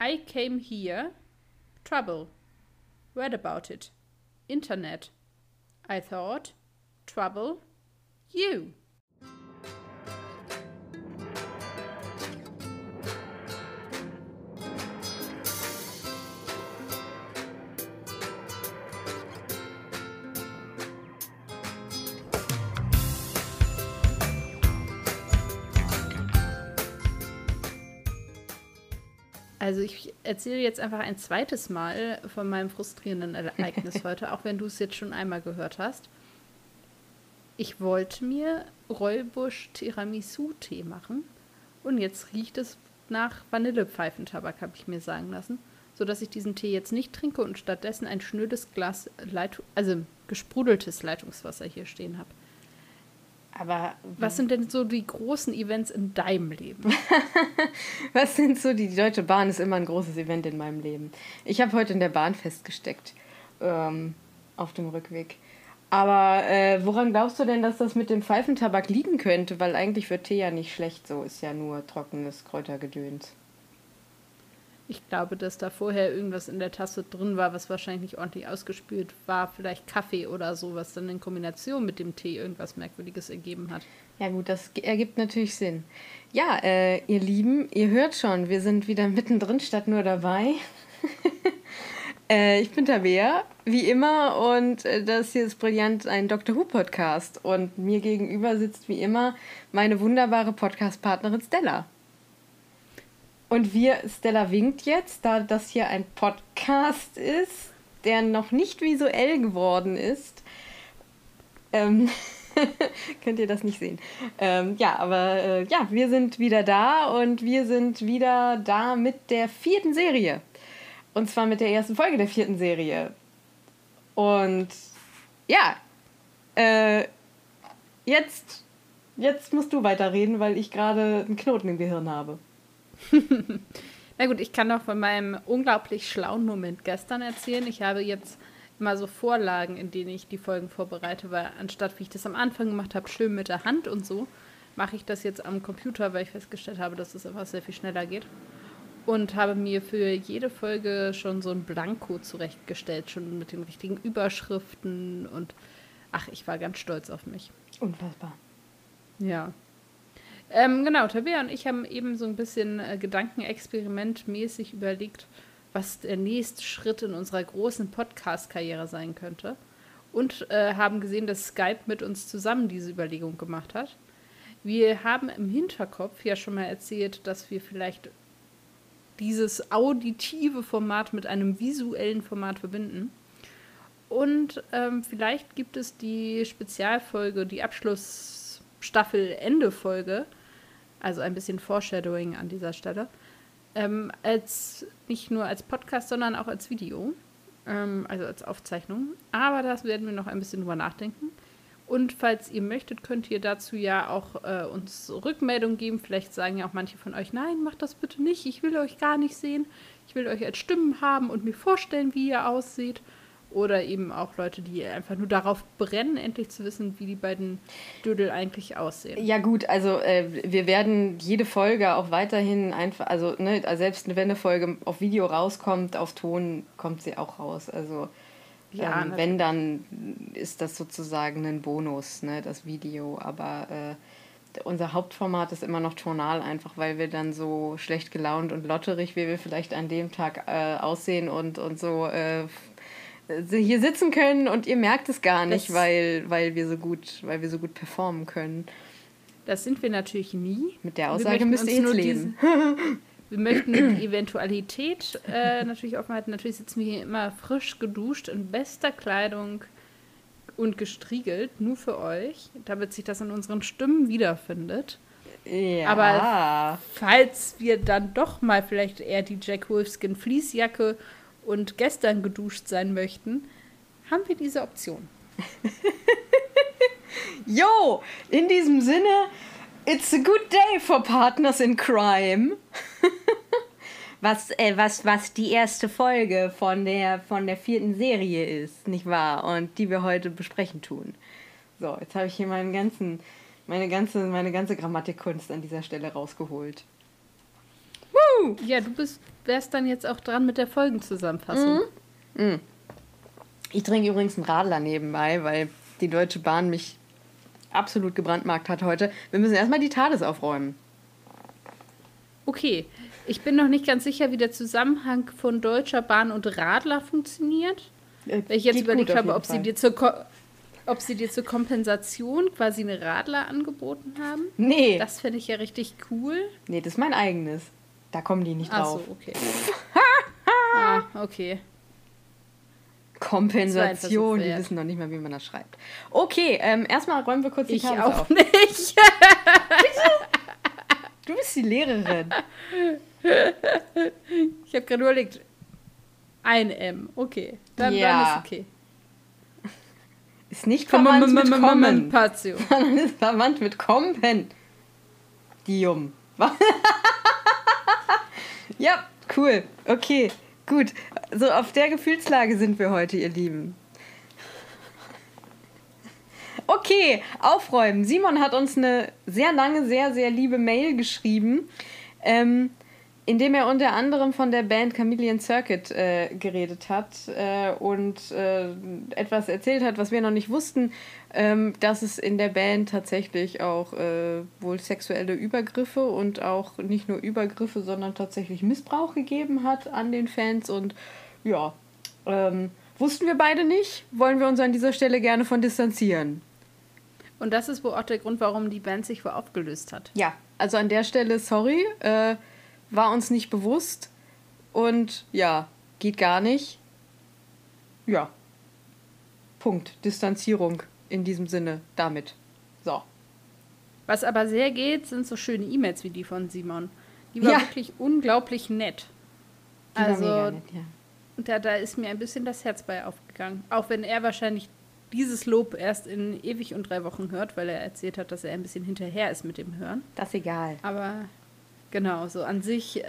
I came here. Trouble. Read about it. Internet. I thought. Trouble. You. Also ich erzähle jetzt einfach ein zweites Mal von meinem frustrierenden Ereignis heute, auch wenn du es jetzt schon einmal gehört hast. Ich wollte mir Rooibos Tiramisu-Tee machen und jetzt riecht es nach Vanillepfeifentabak, habe ich mir sagen lassen, sodass ich diesen Tee jetzt nicht trinke und stattdessen ein schnödes Glas gesprudeltes Leitungswasser hier stehen habe. Aber was sind denn so die großen Events in deinem Leben? Was sind so, die Deutsche Bahn ist immer ein großes Event in meinem Leben. Ich habe heute in der Bahn festgesteckt, auf dem Rückweg. Aber woran glaubst du denn, dass das mit dem Pfeifentabak liegen könnte? Weil eigentlich wird Tee ja nicht schlecht, so ist ja nur trockenes Kräutergedöns. Ich glaube, dass da vorher irgendwas in der Tasse drin war, was wahrscheinlich nicht ordentlich ausgespült war. Vielleicht Kaffee oder so, was dann in Kombination mit dem Tee irgendwas Merkwürdiges ergeben hat. Ja gut, das ergibt natürlich Sinn. Ja, ihr Lieben, ihr hört schon, wir sind wieder mittendrin statt nur dabei. Ich bin Tabea, wie immer, und das hier ist Brillant, ein Doctor Who-Podcast. Und mir gegenüber sitzt wie immer meine wunderbare Podcast-Partnerin Stella. Und Stella winkt jetzt, da das hier ein Podcast ist, der noch nicht visuell geworden ist. Könnt ihr das nicht sehen. Wir sind wieder da und wir sind wieder da mit der 4. Serie. Und zwar mit der ersten Folge der 4. Serie. Und ja, jetzt musst du weiterreden, weil ich gerade einen Knoten im Gehirn habe. Na gut, ich kann noch von meinem unglaublich schlauen Moment gestern erzählen. Ich habe jetzt immer so Vorlagen, in denen ich die Folgen vorbereite, weil anstatt, wie ich das am Anfang gemacht habe, schön mit der Hand und so, mache ich das jetzt am Computer, weil ich festgestellt habe, dass es einfach sehr viel schneller geht. Und habe mir für jede Folge schon so ein Blanko zurechtgestellt, schon mit den richtigen Überschriften und ich war ganz stolz auf mich. Unfassbar. Ja. Genau, Tabea und ich haben eben so ein bisschen gedankenexperimentmäßig überlegt, was der nächste Schritt in unserer großen Podcast-Karriere sein könnte. Und haben gesehen, dass Skype mit uns zusammen diese Überlegung gemacht hat. Wir haben im Hinterkopf ja schon mal erzählt, dass wir vielleicht dieses auditive Format mit einem visuellen Format verbinden. Und vielleicht gibt es die Spezialfolge, die Abschlussstaffel-Ende-Folge, also ein bisschen Foreshadowing an dieser Stelle, als nicht nur als Podcast, sondern auch als Video, also als Aufzeichnung. Aber das werden wir noch ein bisschen drüber nachdenken. Und falls ihr möchtet, könnt ihr dazu ja auch uns Rückmeldung geben. Vielleicht sagen ja auch manche von euch, nein, macht das bitte nicht, ich will euch gar nicht sehen. Ich will euch als Stimmen haben und mir vorstellen, wie ihr aussieht. Oder eben auch Leute, die einfach nur darauf brennen, endlich zu wissen, wie die beiden Dödel eigentlich aussehen. Ja gut, also wir werden jede Folge auch weiterhin einfach, also selbst wenn eine Folge auf Video rauskommt, auf Ton kommt sie auch raus. Also ja, wenn, dann ist das sozusagen ein Bonus, ne, das Video. Aber unser Hauptformat ist immer noch tonal, einfach weil wir dann so schlecht gelaunt und lotterig, wie wir vielleicht an dem Tag aussehen und so hier sitzen können und ihr merkt es gar nicht, weil wir so gut performen können. Das sind wir natürlich nie. Mit der Aussage müsst ihr jetzt leben. Wir möchten die Eventualität natürlich offen halten. Natürlich sitzen wir hier immer frisch geduscht, in bester Kleidung und gestriegelt, nur für euch, damit sich das in unseren Stimmen wiederfindet. Ja. Aber falls wir dann doch mal vielleicht eher die Jack Wolfskin Fleecejacke und gestern geduscht sein möchten, haben wir diese Option. Jo, in diesem Sinne, it's a good day for Partners in Crime. was die erste Folge von der 4. Serie ist, nicht wahr? Und die wir heute besprechen tun. So, jetzt habe ich hier meine ganze Grammatikkunst an dieser Stelle rausgeholt. Ja, wärst dann jetzt auch dran mit der Folgenzusammenfassung. Ich trinke übrigens einen Radler nebenbei, weil die Deutsche Bahn mich absolut gebrandmarkt hat heute. Wir müssen erstmal die TARDIS aufräumen. Okay, ich bin noch nicht ganz sicher, wie der Zusammenhang von Deutscher Bahn und Radler funktioniert. Weil ich jetzt überlegt habe, ob sie dir zur Kompensation quasi eine Radler angeboten haben. Nee. Das fände ich ja richtig cool. Nee, das ist mein eigenes. Da kommen die nicht drauf. Ach so, okay. Okay. Kompensation, die wissen noch nicht mal, wie man das schreibt. Okay, erstmal räumen wir kurz die TARDIS auf. Ich auch nicht. Du bist die Lehrerin. Ich habe gerade überlegt. Ein M, okay. Dann ist okay. Ist nicht verwandt mit kommen. Patio. Sondern ist verwandt mit kompen. Dium. Ja, cool. Okay, gut. So auf der Gefühlslage sind wir heute, ihr Lieben. Okay, aufräumen. Simon hat uns eine sehr lange, sehr, sehr liebe Mail geschrieben, in dem er unter anderem von der Band Chameleon Circuit geredet hat und etwas erzählt hat, was wir noch nicht wussten, dass es in der Band tatsächlich auch wohl sexuelle Übergriffe und auch nicht nur Übergriffe, sondern tatsächlich Missbrauch gegeben hat an den Fans und ja, wussten wir beide nicht, wollen wir uns an dieser Stelle gerne von distanzieren. Und das ist wohl auch der Grund, warum die Band sich wohl aufgelöst hat. Ja, also an der Stelle, sorry, war uns nicht bewusst und ja, geht gar nicht. Ja, Punkt, Distanzierung in diesem Sinne damit. So. Was aber sehr geht, sind so schöne E-Mails wie die von Simon. Die war wirklich unglaublich nett. Die war mega nett, ja. Da ist mir ein bisschen das Herz bei aufgegangen. Auch wenn er wahrscheinlich dieses Lob erst in ewig und 3 Wochen hört, weil er erzählt hat, dass er ein bisschen hinterher ist mit dem Hören. Das ist egal. Aber genau, so an sich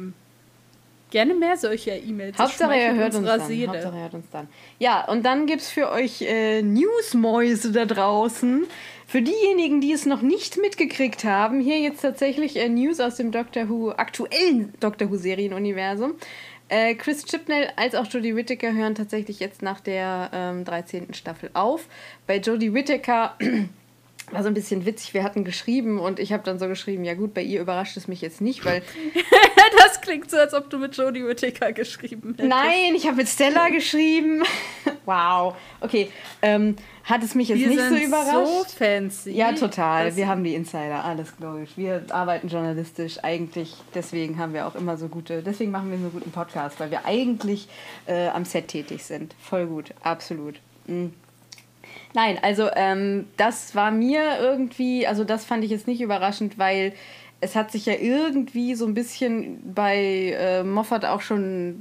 gerne mehr solcher E-Mails. Hauptsache er hört uns dann. Ja, und dann gibt es für euch Newsmäuse da draußen. Für diejenigen, die es noch nicht mitgekriegt haben, hier jetzt tatsächlich News aus dem aktuellen Doctor Who-Serienuniversum. Chris Chibnall als auch Jodie Whittaker hören tatsächlich jetzt nach der 13. Staffel auf. Bei Jodie Whittaker war so ein bisschen witzig, wir hatten geschrieben und ich habe dann so geschrieben, ja gut, bei ihr überrascht es mich jetzt nicht, weil... Das klingt so, als ob du mit Jodie Whittaker geschrieben hättest. Nein, ich habe mit Stella geschrieben. Wow. Okay, hat es mich jetzt nicht so überrascht? So fancy. Ja, total. Wir haben die Insider, alles logisch. Wir arbeiten journalistisch eigentlich, deswegen machen wir einen so guten Podcast, weil wir eigentlich am Set tätig sind. Voll gut, absolut. Mhm. Nein, also das war mir irgendwie, also das fand ich jetzt nicht überraschend, weil es hat sich ja irgendwie so ein bisschen bei Moffat auch schon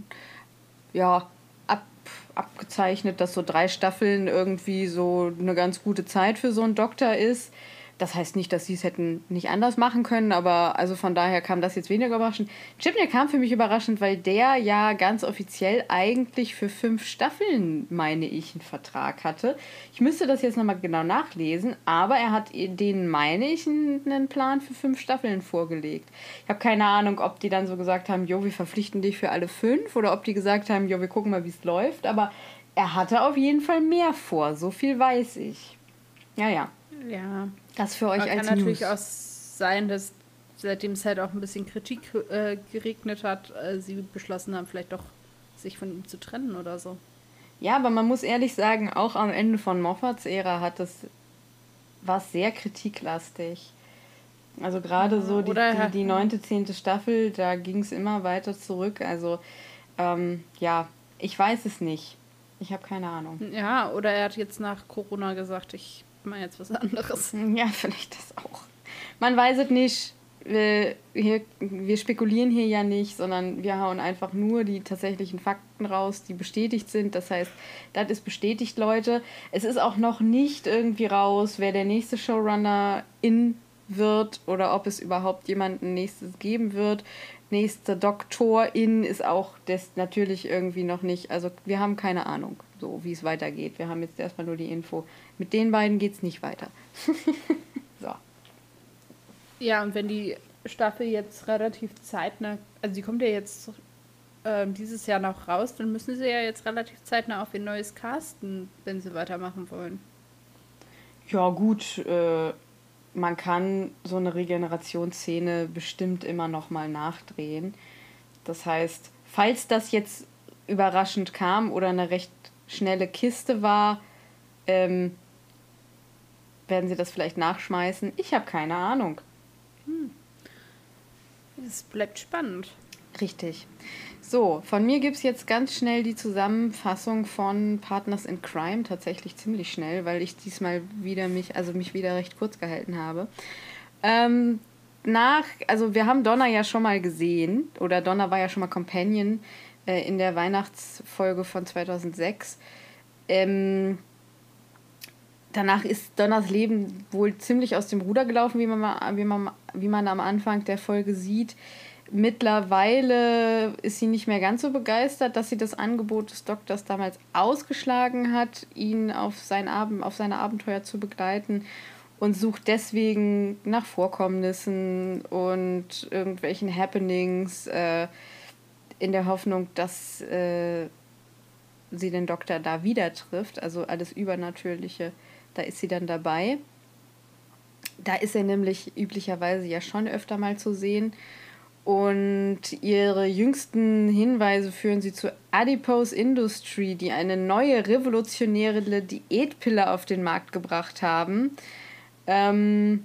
abgezeichnet, dass so 3 Staffeln irgendwie so eine ganz gute Zeit für so einen Doktor ist. Das heißt nicht, dass sie es hätten nicht anders machen können, aber also von daher kam das jetzt weniger überraschend. Chibnall kam für mich überraschend, weil der ja ganz offiziell eigentlich für 5 Staffeln, meine ich, einen Vertrag hatte. Ich müsste das jetzt nochmal genau nachlesen, aber er hat denen, meine ich, einen Plan für 5 Staffeln vorgelegt. Ich habe keine Ahnung, ob die dann so gesagt haben, jo, wir verpflichten dich für alle 5 oder ob die gesagt haben, jo, wir gucken mal, wie es läuft, aber er hatte auf jeden Fall mehr vor, so viel weiß ich. Ja. Ja. Das für euch als News. Kann natürlich auch sein, dass seitdem es halt auch ein bisschen Kritik geregnet hat, sie beschlossen haben, vielleicht doch sich von ihm zu trennen oder so. Ja, aber man muss ehrlich sagen, auch am Ende von Moffats Ära war es sehr kritiklastig. Also gerade so die 9., 10. Staffel, da ging es immer weiter zurück. Also ich weiß es nicht. Ich habe keine Ahnung. Ja, oder er hat jetzt nach Corona gesagt, ich mache jetzt was anderes. Ja, vielleicht das auch. Man weiß es nicht. Wir spekulieren hier ja nicht, sondern wir hauen einfach nur die tatsächlichen Fakten raus, die bestätigt sind. Das heißt, das ist bestätigt, Leute. Es ist auch noch nicht irgendwie raus, wer der nächste Showrunner wird oder ob es überhaupt jemanden nächstes geben wird. Nächste Doktorin ist auch das natürlich irgendwie noch nicht. Also wir haben keine Ahnung, so wie es weitergeht. Wir haben jetzt erstmal nur die Info. Mit den beiden geht es nicht weiter. So. Ja, und wenn die Staffel jetzt relativ zeitnah, also die kommt ja jetzt dieses Jahr noch raus, dann müssen sie ja jetzt relativ zeitnah auf ihr neues casten, wenn sie weitermachen wollen. Ja gut, man kann so eine Regenerationsszene bestimmt immer noch mal nachdrehen. Das heißt, falls das jetzt überraschend kam oder eine recht schnelle Kiste war, werden sie das vielleicht nachschmeißen. Ich habe keine Ahnung. Es bleibt spannend. Richtig. So, von mir gibt es jetzt ganz schnell die Zusammenfassung von Partners in Crime, tatsächlich ziemlich schnell, weil ich diesmal wieder mich wieder recht kurz gehalten habe. Also wir haben Donna ja schon mal gesehen, oder Donna war ja schon mal Companion in der Weihnachtsfolge von 2006. Danach ist Donnas Leben wohl ziemlich aus dem Ruder gelaufen, wie man am Anfang der Folge sieht. Mittlerweile ist sie nicht mehr ganz so begeistert, dass sie das Angebot des Doktors damals ausgeschlagen hat, ihn auf seine Abenteuer zu begleiten, und sucht deswegen nach Vorkommnissen und irgendwelchen Happenings in der Hoffnung, dass sie den Doktor da wieder trifft. Also alles Übernatürliche, da ist sie dann dabei. Da ist er nämlich üblicherweise ja schon öfter mal zu sehen. Und ihre jüngsten Hinweise führen sie zu Adipose Industry, die eine neue revolutionäre Diätpille auf den Markt gebracht haben. Donna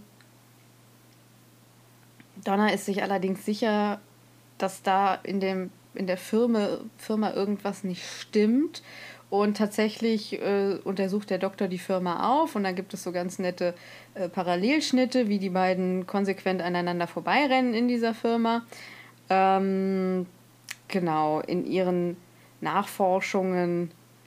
ist sich allerdings sicher, dass da in der Firma irgendwas nicht stimmt. Und tatsächlich untersucht der Doktor die Firma auf und dann gibt es so ganz nette Parallelschnitte, wie die beiden konsequent aneinander vorbeirennen in dieser Firma. Genau, in ihren Nachforschungen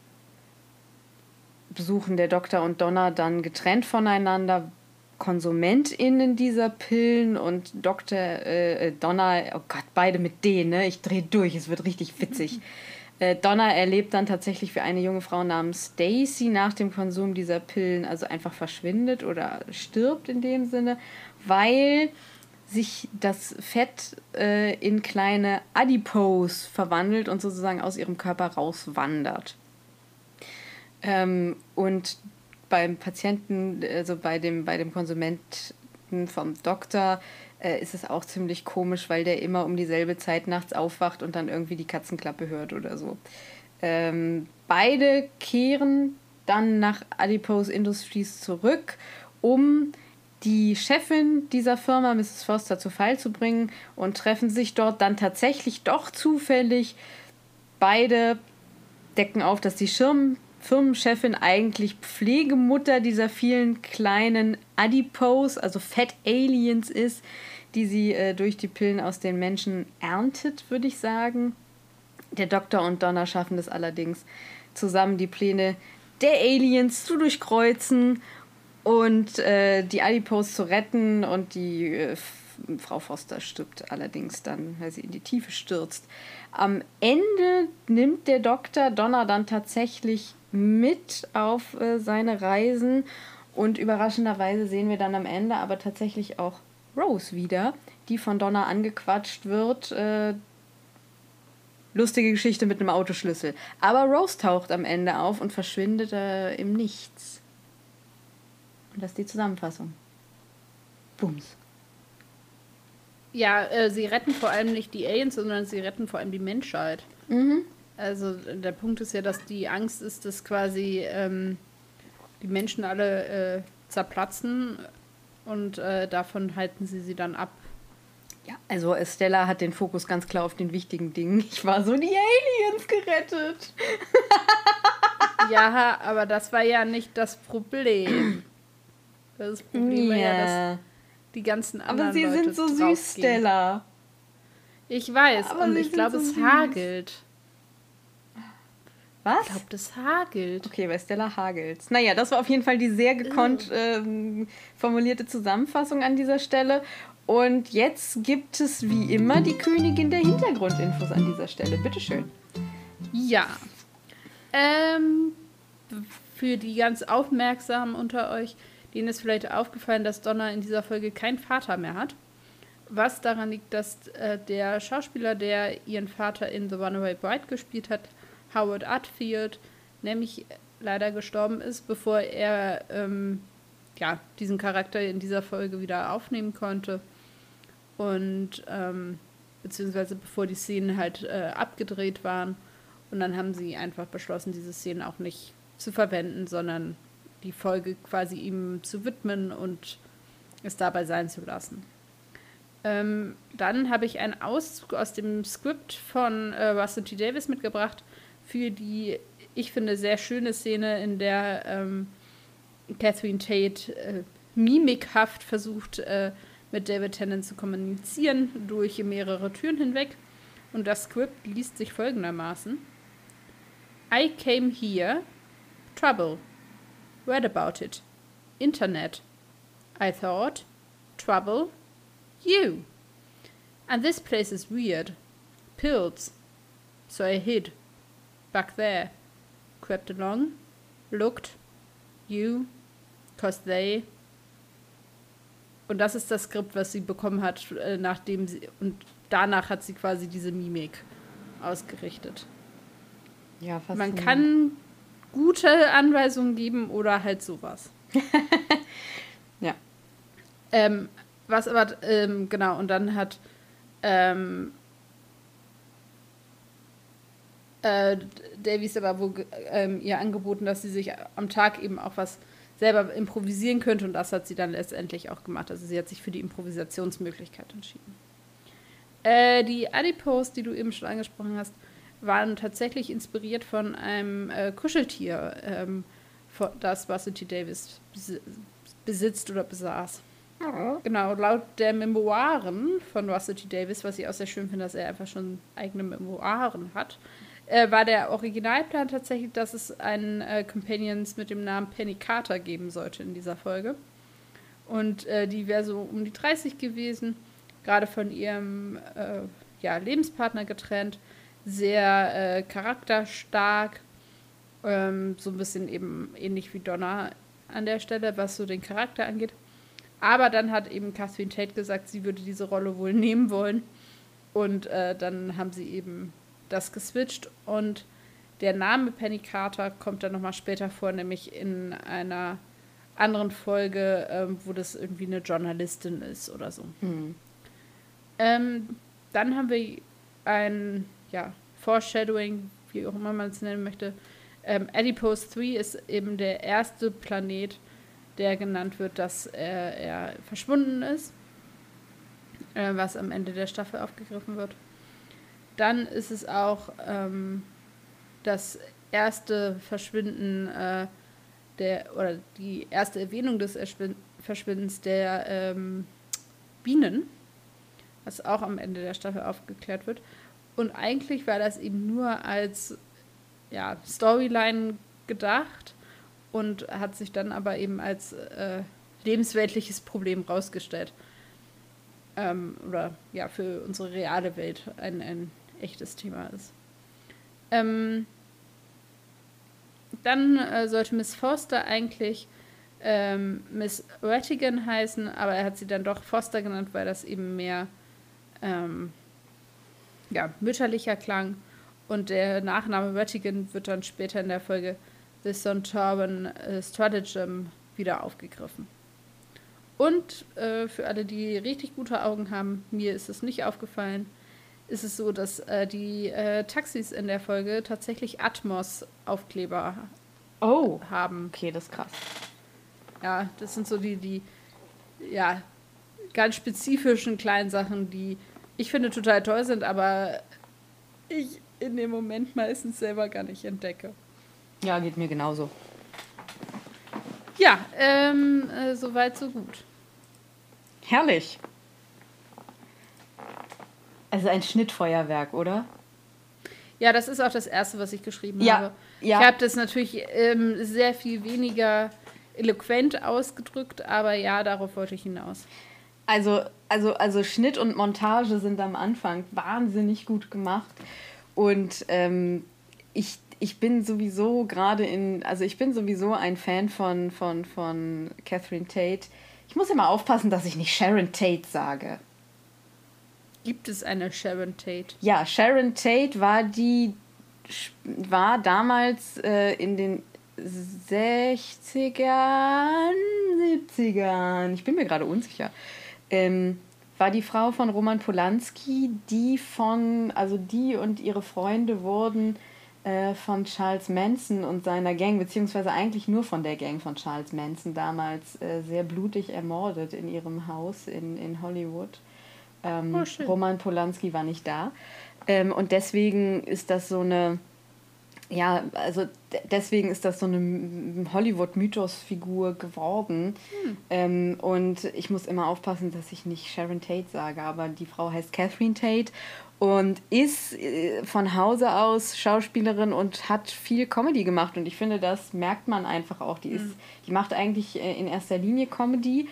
besuchen der Doktor und Donna dann getrennt voneinander KonsumentInnen dieser Pillen und Donna, oh Gott, beide mit D, ne? Ich drehe durch, es wird richtig witzig. Donna erlebt dann tatsächlich, wie eine junge Frau namens Stacy nach dem Konsum dieser Pillen also einfach verschwindet oder stirbt in dem Sinne, weil sich das Fett in kleine Adipose verwandelt und sozusagen aus ihrem Körper rauswandert. Und beim Patienten, also bei dem Konsumenten vom Doktor, ist es auch ziemlich komisch, weil der immer um dieselbe Zeit nachts aufwacht und dann irgendwie die Katzenklappe hört oder so. Beide kehren dann nach Adipose Industries zurück, um die Chefin dieser Firma, Mrs. Foster, zu Fall zu bringen und treffen sich dort dann tatsächlich doch zufällig. Beide decken auf, dass die Firmenchefin eigentlich Pflegemutter dieser vielen kleinen Adipose, also Fett-Aliens ist, die sie durch die Pillen aus den Menschen erntet, würde ich sagen. Der Doktor und Donna schaffen es allerdings, zusammen die Pläne der Aliens zu durchkreuzen und die Adipose zu retten, und die Frau Foster stirbt allerdings dann, weil sie in die Tiefe stürzt. Am Ende nimmt der Doktor Donna dann tatsächlich mit auf seine Reisen, und überraschenderweise sehen wir dann am Ende aber tatsächlich auch Rose wieder, die von Donna angequatscht wird. Lustige Geschichte mit einem Autoschlüssel. Aber Rose taucht am Ende auf und verschwindet im Nichts. Und das ist die Zusammenfassung. Bums. Ja, sie retten vor allem nicht die Aliens, sondern sie retten vor allem die Menschheit. Mhm. Also der Punkt ist ja, dass die Angst ist, dass quasi die Menschen alle zerplatzen, und davon halten sie dann ab. Ja, also Stella hat den Fokus ganz klar auf den wichtigen Dingen. Ich war so die Aliens gerettet. Ja, aber das war ja nicht das Problem. Das Problem war ja, dass die ganzen anderen Leute Aber sie sind so süß, Stella. Ich weiß, aber und ich glaube, es hagelt. Was? Ich glaube, das hagelt. Okay, bei Stella hagelt's. Naja, das war auf jeden Fall die sehr gekonnt formulierte Zusammenfassung an dieser Stelle. Und jetzt gibt es wie immer die Königin der Hintergrundinfos an dieser Stelle. Bitteschön. Ja. Für die ganz Aufmerksamen unter euch, denen ist vielleicht aufgefallen, dass Donna in dieser Folge keinen Vater mehr hat. Was daran liegt, dass der Schauspieler, der ihren Vater in The Runaway Bride gespielt hat, Howard Atfield, nämlich leider gestorben ist, bevor er diesen Charakter in dieser Folge wieder aufnehmen konnte. Und beziehungsweise bevor die Szenen halt abgedreht waren. Und dann haben sie einfach beschlossen, diese Szenen auch nicht zu verwenden, sondern die Folge quasi ihm zu widmen und es dabei sein zu lassen. Dann habe ich einen Auszug aus dem Skript von Russell T. Davies mitgebracht für die, ich finde, sehr schöne Szene, in der Catherine Tate mimikhaft versucht, mit David Tennant zu kommunizieren durch mehrere Türen hinweg. Und das Skript liest sich folgendermaßen. I came here. Trouble. Read about it. Internet. I thought. Trouble. You. And this place is weird. Pills. So I hid. Back there. Crept along. Looked. You. 'Cause they. Und das ist das Skript, was sie bekommen hat, nachdem sie. Und danach hat sie quasi diese Mimik ausgerichtet. Ja, fast. Man kann gute Anweisungen geben oder halt sowas. Ja. Was aber, genau, und dann hat Davies aber wohl ihr angeboten, dass sie sich am Tag eben auch was selber improvisieren könnte, und das hat sie dann letztendlich auch gemacht. Also sie hat sich für die Improvisationsmöglichkeit entschieden. Die Adipose, die du eben schon angesprochen hast, waren tatsächlich inspiriert von einem Kuscheltier, das Russell T. Davies besitzt oder besaß. Oh. Genau, laut der Memoiren von Russell T. Davies, was ich auch sehr schön finde, dass er einfach schon eigene Memoiren hat, war der Originalplan tatsächlich, dass es einen Companions mit dem Namen Penny Carter geben sollte in dieser Folge. Und die wäre so um die 30 gewesen, gerade von ihrem Lebenspartner getrennt, sehr charakterstark, so ein bisschen eben ähnlich wie Donna an der Stelle, was so den Charakter angeht. Aber dann hat eben Catherine Tate gesagt, sie würde diese Rolle wohl nehmen wollen. Und dann haben sie eben das geswitcht. Und der Name Penny Carter kommt dann nochmal später vor, nämlich in einer anderen Folge, wo das irgendwie eine Journalistin ist oder so. Mhm. Dann haben wir ein Foreshadowing, wie auch immer man es nennen möchte. Adipose 3 ist eben der erste Planet, der genannt wird, dass er verschwunden ist, was am Ende der Staffel aufgegriffen wird. Dann ist es auch das erste Verschwinden oder die erste Erwähnung des Verschwindens der Bienen, was auch am Ende der Staffel aufgeklärt wird. Und eigentlich war das eben nur als Storyline gedacht und hat sich dann aber eben als lebensweltliches Problem rausgestellt. Für unsere reale Welt ein echtes Thema ist. Dann sollte Miss Foster eigentlich Miss Rattigan heißen, aber er hat sie dann doch Foster genannt, weil das eben mehr mütterlicher klang. Und der Nachname Rattigan wird dann später in der Folge The Sontaran Stratagem wieder aufgegriffen. Und für alle, die richtig gute Augen haben, mir ist es nicht aufgefallen, ist es so, dass die Taxis in der Folge tatsächlich Atmos-Aufkleber haben. Okay, das ist krass. Ja, das sind so die ganz spezifischen kleinen Sachen, die ich finde total toll sind, aber ich in dem Moment meistens selber gar nicht entdecke. Ja, geht mir genauso. Ja, soweit, so gut. Herrlich. Also ein Schnittfeuerwerk, oder? Ja, das ist auch das Erste, was ich geschrieben habe. Ja. Ich habe das natürlich sehr viel weniger eloquent ausgedrückt, aber ja, darauf wollte ich hinaus. Also Schnitt und Montage sind am Anfang wahnsinnig gut gemacht. Und ich bin sowieso ich bin sowieso ein Fan von Catherine Tate. Ich muss immer aufpassen, dass ich nicht Sharon Tate sage. Gibt es eine Sharon Tate? Ja, Sharon Tate war damals in den 60ern, 70ern, ich bin mir gerade unsicher, war die Frau von Roman Polanski, die und ihre Freunde wurden von Charles Manson und seiner Gang, beziehungsweise eigentlich nur von der Gang von Charles Manson damals sehr blutig ermordet in ihrem Haus in Hollywood. Roman Polanski war nicht da. Und deswegen ist das so eine Hollywood-Mythos-Figur geworden. Und ich muss immer aufpassen, dass ich nicht Sharon Tate sage, aber die Frau heißt Catherine Tate und ist von Hause aus Schauspielerin und hat viel Comedy gemacht. Und ich finde, das merkt man einfach auch. Die macht eigentlich in erster Linie Comedy,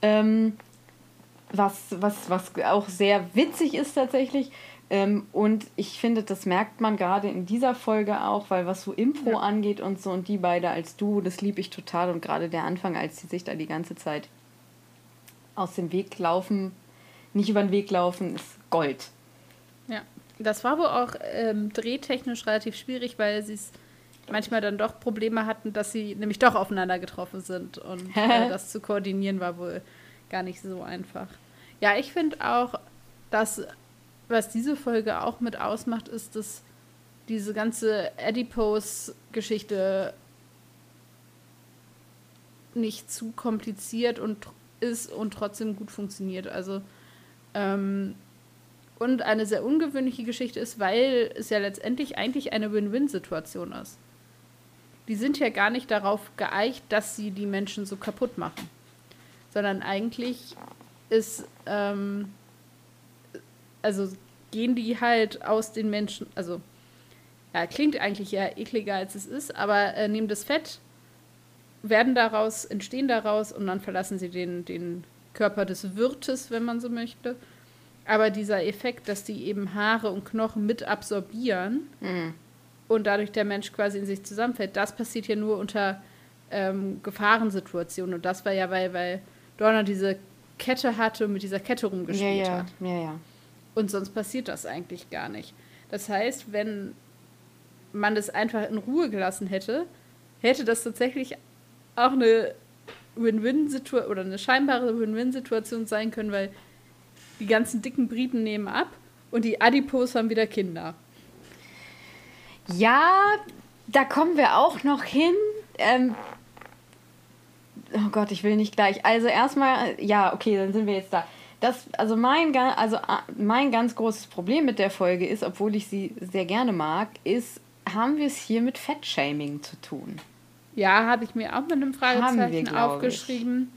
was auch sehr witzig ist tatsächlich. Und ich finde, das merkt man gerade in dieser Folge auch, weil was so Impro angeht und so und die beide als Duo, das liebe ich total. Und gerade der Anfang, als sie sich da die ganze Zeit aus dem Weg laufen, nicht über den Weg laufen, ist Gold. Ja, das war wohl auch drehtechnisch relativ schwierig, weil sie es manchmal dann doch Probleme hatten, dass sie nämlich doch aufeinander getroffen sind. Und das zu koordinieren war wohl gar nicht so einfach. Ja, ich finde auch, dass was diese Folge auch mit ausmacht, ist, dass diese ganze Adipose-Geschichte nicht zu kompliziert ist und trotzdem gut funktioniert. Also und eine sehr ungewöhnliche Geschichte ist, weil es ja letztendlich eigentlich eine Win-Win-Situation ist. Die sind ja gar nicht darauf geeicht, dass sie die Menschen so kaputt machen. Sondern eigentlich ist also gehen die halt aus den Menschen, also ja, klingt eigentlich ja ekliger als es ist, aber nehmen das Fett, entstehen daraus und dann verlassen sie den Körper des Wirtes, wenn man so möchte. Aber dieser Effekt, dass die eben Haare und Knochen mit absorbieren und dadurch der Mensch quasi in sich zusammenfällt, das passiert ja nur unter Gefahrensituationen. Und das war ja, weil Donna diese Kette hatte und mit dieser Kette rumgespielt hat. Ja. Und sonst passiert das eigentlich gar nicht. Das heißt, wenn man das einfach in Ruhe gelassen hätte, hätte das tatsächlich auch eine Win-Win-Situation oder eine scheinbare Win-Win-Situation sein können, weil die ganzen dicken Briten nehmen ab und die Adipos haben wieder Kinder. Ja, da kommen wir auch noch hin. Oh Gott, ich will nicht gleich. Also erstmal, ja, okay, dann sind wir jetzt da. Mein ganz großes Problem mit der Folge ist, obwohl ich sie sehr gerne mag, haben wir es hier mit Fettshaming zu tun? Ja, habe ich mir auch mit einem Fragezeichen aufgeschrieben.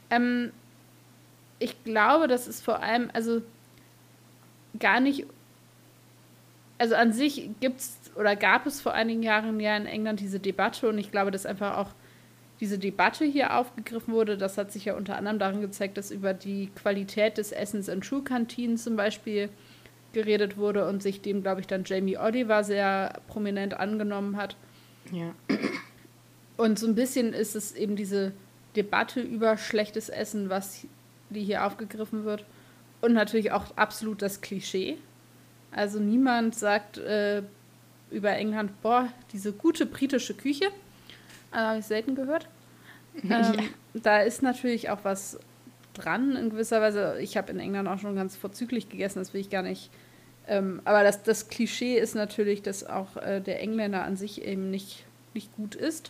Ich glaube, das ist vor allem, also gar nicht, also an sich gab es vor einigen Jahren ja in England diese Debatte und ich glaube, dass einfach auch diese Debatte hier aufgegriffen wurde. Das hat sich ja unter anderem darin gezeigt, dass über die Qualität des Essens in Schulkantinen zum Beispiel geredet wurde und sich dem, glaube ich, dann Jamie Oliver sehr prominent angenommen hat. Ja. Und so ein bisschen ist es eben diese Debatte über schlechtes Essen, die hier aufgegriffen wird. Und natürlich auch absolut das Klischee. Also niemand sagt über England, boah, diese gute britische Küche. Habe ich selten gehört. Da ist natürlich auch was dran in gewisser Weise. Ich habe in England auch schon ganz vorzüglich gegessen, das will ich gar nicht. Aber das Klischee ist natürlich, dass auch der Engländer an sich eben nicht gut ist.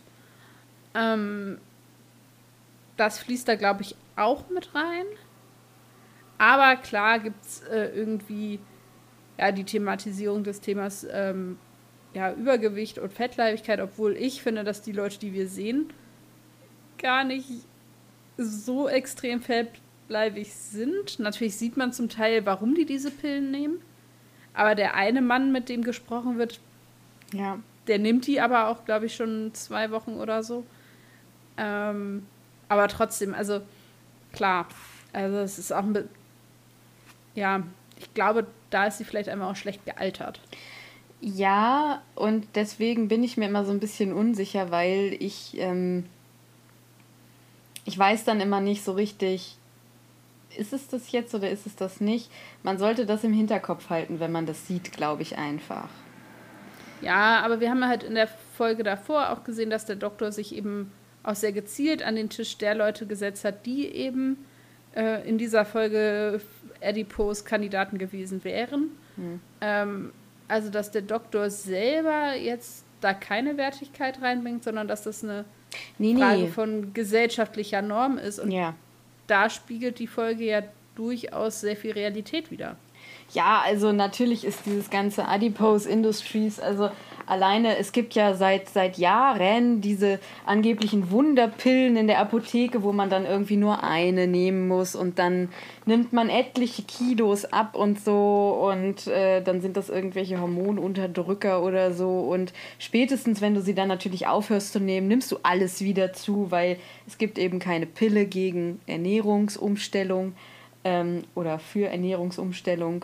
Das fließt da, glaube ich, auch mit rein. Aber klar gibt es irgendwie die Thematisierung des Themas Übergewicht und Fettleibigkeit, obwohl ich finde, dass die Leute, die wir sehen, gar nicht so extrem fettleibig sind. Natürlich sieht man zum Teil, warum die diese Pillen nehmen. Aber der eine Mann, mit dem gesprochen wird, der nimmt die aber auch, glaube ich, schon 2 Wochen oder so. Aber trotzdem, also klar, also es ist auch ich glaube, da ist sie vielleicht einmal auch schlecht gealtert. Ja, und deswegen bin ich mir immer so ein bisschen unsicher, weil ich weiß dann immer nicht so richtig, ist es das jetzt oder ist es das nicht? Man sollte das im Hinterkopf halten, wenn man das sieht, glaube ich einfach. Ja, aber wir haben halt in der Folge davor auch gesehen, dass der Doktor sich eben auch sehr gezielt an den Tisch der Leute gesetzt hat, die eben in dieser Folge Adipose-Kandidaten gewesen wären. Also, dass der Doktor selber jetzt da keine Wertigkeit reinbringt, sondern dass das eine Frage von gesellschaftlicher Norm ist. Und da spiegelt die Folge ja durchaus sehr viel Realität wider. Ja, also natürlich ist dieses ganze Adipose Industries, also alleine, es gibt ja seit Jahren diese angeblichen Wunderpillen in der Apotheke, wo man dann irgendwie nur eine nehmen muss und dann nimmt man etliche Kilos ab und so und dann sind das irgendwelche Hormonunterdrücker oder so und spätestens, wenn du sie dann natürlich aufhörst zu nehmen, nimmst du alles wieder zu, weil es gibt eben keine Pille gegen Ernährungsumstellung oder für Ernährungsumstellung.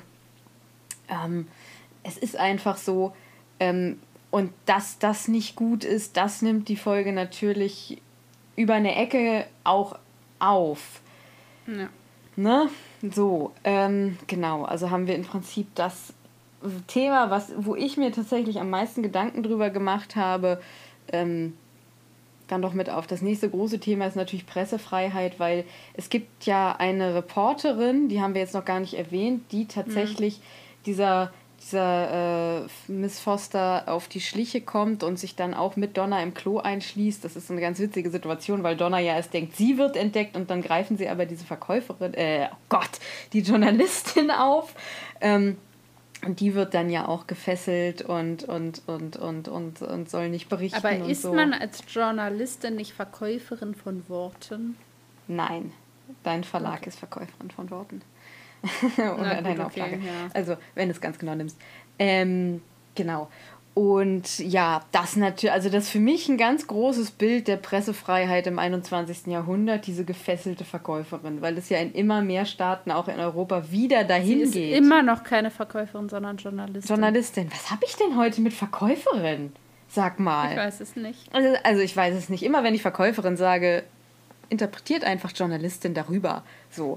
Es ist einfach so, und dass das nicht gut ist, das nimmt die Folge natürlich über eine Ecke auch auf. Ja. Ne? So, genau, also haben wir im Prinzip das Thema, wo ich mir tatsächlich am meisten Gedanken drüber gemacht habe, dann doch mit auf. Das nächste große Thema ist natürlich Pressefreiheit, weil es gibt ja eine Reporterin, die haben wir jetzt noch gar nicht erwähnt, die tatsächlich dieser Miss Foster auf die Schliche kommt und sich dann auch mit Donna im Klo einschließt. Das ist eine ganz witzige Situation, weil Donna ja erst denkt, sie wird entdeckt und dann greifen sie aber diese Verkäuferin, die Journalistin auf. Und die wird dann ja auch gefesselt und soll nicht berichten. Aber und ist so. Man als Journalistin nicht Verkäuferin von Worten? Nein, dein Verlag ist Verkäuferin von Worten. Oder deine Auflage. Ja. Also, wenn du es ganz genau nimmst. Genau. Und ja, das natürlich, also das ist für mich ein ganz großes Bild der Pressefreiheit im 21. Jahrhundert, diese gefesselte Verkäuferin, weil es ja in immer mehr Staaten, auch in Europa, wieder dahin geht. Sie ist immer noch keine Verkäuferin, sondern Journalistin. Journalistin. Was habe ich denn heute mit Verkäuferin? Sag mal. Ich weiß es nicht. Also ich weiß es nicht. Immer wenn ich Verkäuferin sage, interpretiert einfach Journalistin darüber. So.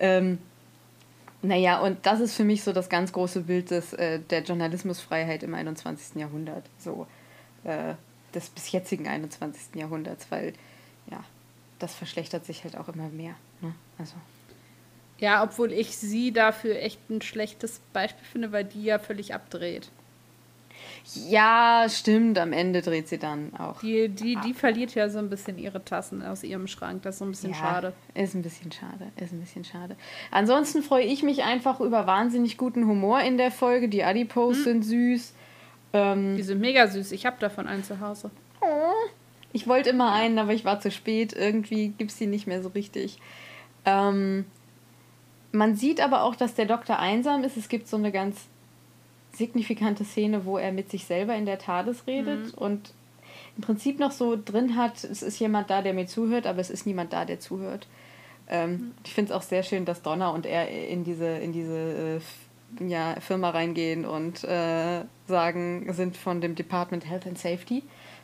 Naja, und das ist für mich so das ganz große Bild der Journalismusfreiheit im 21. Jahrhundert, so des bis jetzigen 21. Jahrhunderts, weil ja, das verschlechtert sich halt auch immer mehr. Ne? Also. Ja, obwohl ich sie dafür echt ein schlechtes Beispiel finde, weil die ja völlig abdreht. Ja, stimmt, am Ende dreht sie dann auch. Die verliert ja so ein bisschen ihre Tassen aus ihrem Schrank. Das ist so ein bisschen schade. Ist ein bisschen schade. Ansonsten freue ich mich einfach über wahnsinnig guten Humor in der Folge. Die Adipose sind süß. Die sind mega süß. Ich habe davon einen zu Hause. Ich wollte immer einen, aber ich war zu spät. Irgendwie gibt es die nicht mehr so richtig. Man sieht aber auch, dass der Doktor einsam ist. Es gibt so eine ganz signifikante Szene, wo er mit sich selber in der TARDIS redet und im Prinzip noch so drin hat, es ist jemand da, der mir zuhört, aber es ist niemand da, der zuhört. Ich finde es auch sehr schön, dass Donna und er in diese Firma reingehen und sind von dem Department Health and Safety.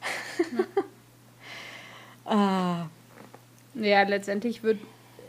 Ja, letztendlich wird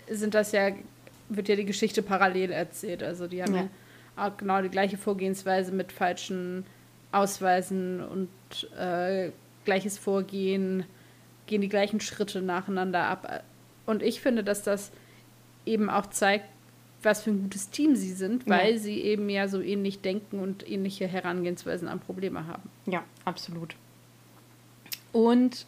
ja die Geschichte parallel erzählt. Also die haben auch genau die gleiche Vorgehensweise mit falschen Ausweisen und gleiches Vorgehen, gehen die gleichen Schritte nacheinander ab. Und ich finde, dass das eben auch zeigt, was für ein gutes Team sie sind, weil sie eben ja so ähnlich denken und ähnliche Herangehensweisen an Probleme haben. Ja, absolut. Und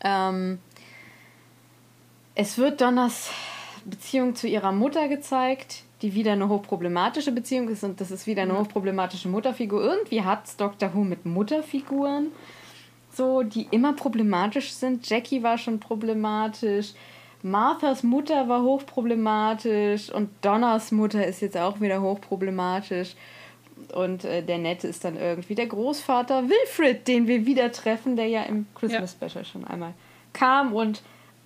es wird Donnas Beziehung zu ihrer Mutter gezeigt, die wieder eine hochproblematische Beziehung ist und das ist wieder eine hochproblematische Mutterfigur. Irgendwie hat es Doctor Who mit Mutterfiguren, so, die immer problematisch sind. Jackie war schon problematisch, Marthas Mutter war hochproblematisch und Donnas Mutter ist jetzt auch wieder hochproblematisch. Und der Nette ist dann irgendwie der Großvater Wilfred, den wir wieder treffen, der ja im Christmas Special schon einmal kam und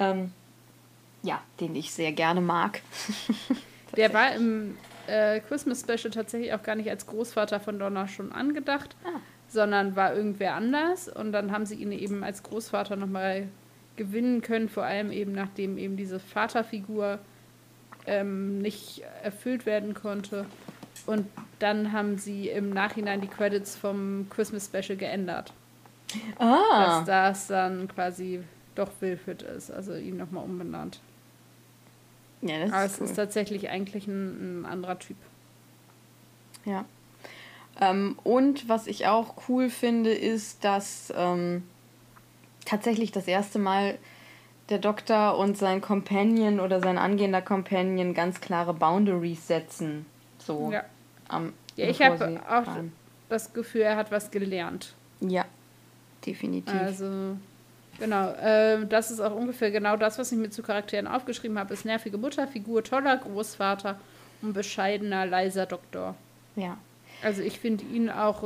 den ich sehr gerne mag. Der war im Christmas Special tatsächlich auch gar nicht als Großvater von Donna schon angedacht, sondern war irgendwer anders. Und dann haben sie ihn eben als Großvater nochmal gewinnen können, vor allem eben nachdem eben diese Vaterfigur nicht erfüllt werden konnte. Und dann haben sie im Nachhinein die Credits vom Christmas Special geändert. Dass das dann quasi doch Wilfred ist, also ihn nochmal umbenannt. Ja, das Aber ist es cool. ist tatsächlich eigentlich ein anderer Typ. Ja. Und was ich auch cool finde, ist, dass tatsächlich das erste Mal der Doktor und sein Companion oder sein angehender Companion ganz klare Boundaries setzen. So. Ja, ich habe auch fahren. das Gefühl, er hat was gelernt. Ja, definitiv. Also, genau. Das ist auch ungefähr genau das, was ich mir zu Charakteren aufgeschrieben habe. Ist nervige Mutterfigur, toller Großvater und bescheidener, leiser Doktor. Ja. Also ich finde ihn auch,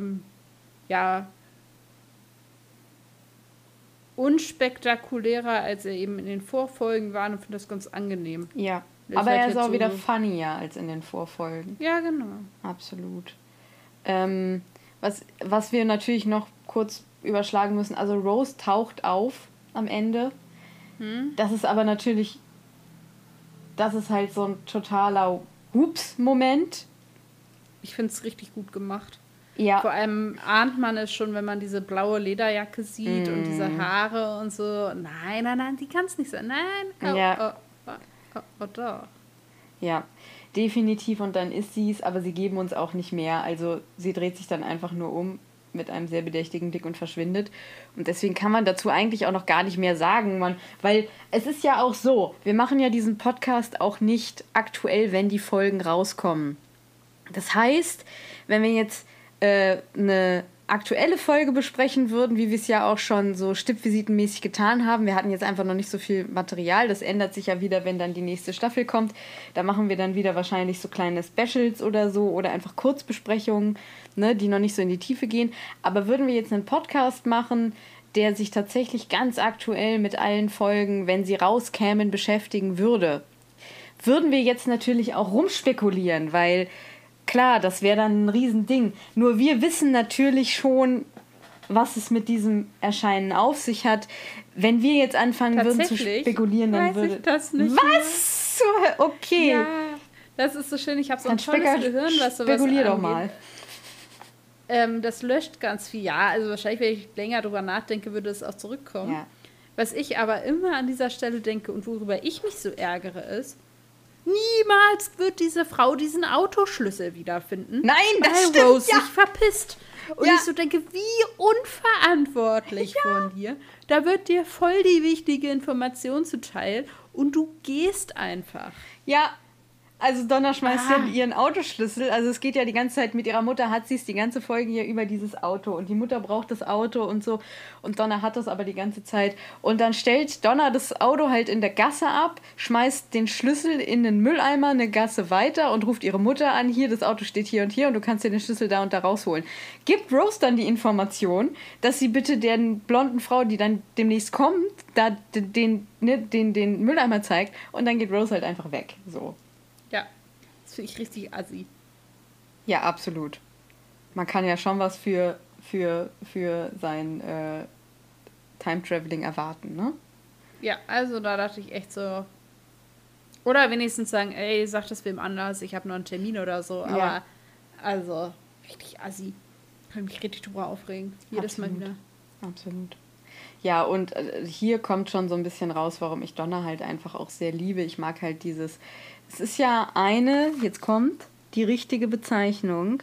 unspektakulärer, als er eben in den Vorfolgen war und finde das ganz angenehm. Ja, Das aber halt er ist jetzt auch so wieder funnier als in den Vorfolgen. Ja, genau. Absolut. Was wir natürlich noch kurz überschlagen müssen, also Rose taucht auf am Ende. Das ist aber natürlich, das ist halt so ein totaler Hups-Moment. Ich finde es richtig gut gemacht. Ja. Vor allem ahnt man es schon, wenn man diese blaue Lederjacke sieht und diese Haare und so. Nein, die kann es nicht sein. Nein. Da. Ja, definitiv. Und dann ist sie es, aber sie geben uns auch nicht mehr. Also sie dreht sich dann einfach nur um mit einem sehr bedächtigen Blick und verschwindet. Und deswegen kann man dazu eigentlich auch noch gar nicht mehr sagen. Weil es ist ja auch so, wir machen ja diesen Podcast auch nicht aktuell, wenn die Folgen rauskommen. Das heißt, wenn wir jetzt eine aktuelle Folge besprechen würden, wie wir es ja auch schon so stippvisitenmäßig getan haben. Wir hatten jetzt einfach noch nicht so viel Material. Das ändert sich ja wieder, wenn dann die nächste Staffel kommt. Da machen wir dann wieder wahrscheinlich so kleine Specials oder so oder einfach Kurzbesprechungen, ne, die noch nicht so in die Tiefe gehen. Aber würden wir jetzt einen Podcast machen, der sich tatsächlich ganz aktuell mit allen Folgen, wenn sie rauskämen, beschäftigen würde, würden wir jetzt natürlich auch rumspekulieren, weil klar, das wäre dann ein Riesending. Nur wir wissen natürlich schon, was es mit diesem Erscheinen auf sich hat. Wenn wir jetzt anfangen würden zu spekulieren, dann würde... ich das nicht. Was? Okay. Ja, das ist so schön. Ich habe so ein tolles Gehirn, was sowas spekulier doch mal. Das löscht ganz viel. Ja, also wahrscheinlich, wenn ich länger drüber nachdenke, würde es auch zurückkommen. Ja. Was ich aber immer an dieser Stelle denke und worüber ich mich so ärgere, ist, niemals wird diese Frau diesen Autoschlüssel wiederfinden. Nein, das weil stimmt, Rose sich verpisst. Und ich so denke, wie unverantwortlich von dir. Da wird dir voll die wichtige Information zuteil und du gehst einfach. Ja, also Donna schmeißt ja ihren Autoschlüssel. Also es geht ja die ganze Zeit mit ihrer Mutter, hat sie es die ganze Folge hier über dieses Auto. Und die Mutter braucht das Auto und so. Und Donna hat das aber die ganze Zeit. Und dann stellt Donna das Auto halt in der Gasse ab, schmeißt den Schlüssel in den Mülleimer eine Gasse weiter und ruft ihre Mutter an. Hier, das Auto steht hier und du kannst dir den Schlüssel da und da rausholen. Gibt Rose dann die Information, dass sie bitte der blonden Frau, die dann demnächst kommt, da den Mülleimer zeigt. Und dann geht Rose halt einfach weg. So. Ja, das finde ich richtig assi. Ja, absolut. Man kann ja schon was für sein Time-Traveling erwarten, ne? Ja, also da dachte ich echt so... Oder wenigstens sagen, ey, sag das wem anders, ich habe noch einen Termin oder so. Aber ja. Also, richtig assi. Kann mich richtig drüber aufregen. Jedes Mal wieder. Absolut. Ja, und hier kommt schon so ein bisschen raus, warum ich Donna halt einfach auch sehr liebe. Ich mag halt dieses... Es ist ja jetzt kommt die richtige Bezeichnung.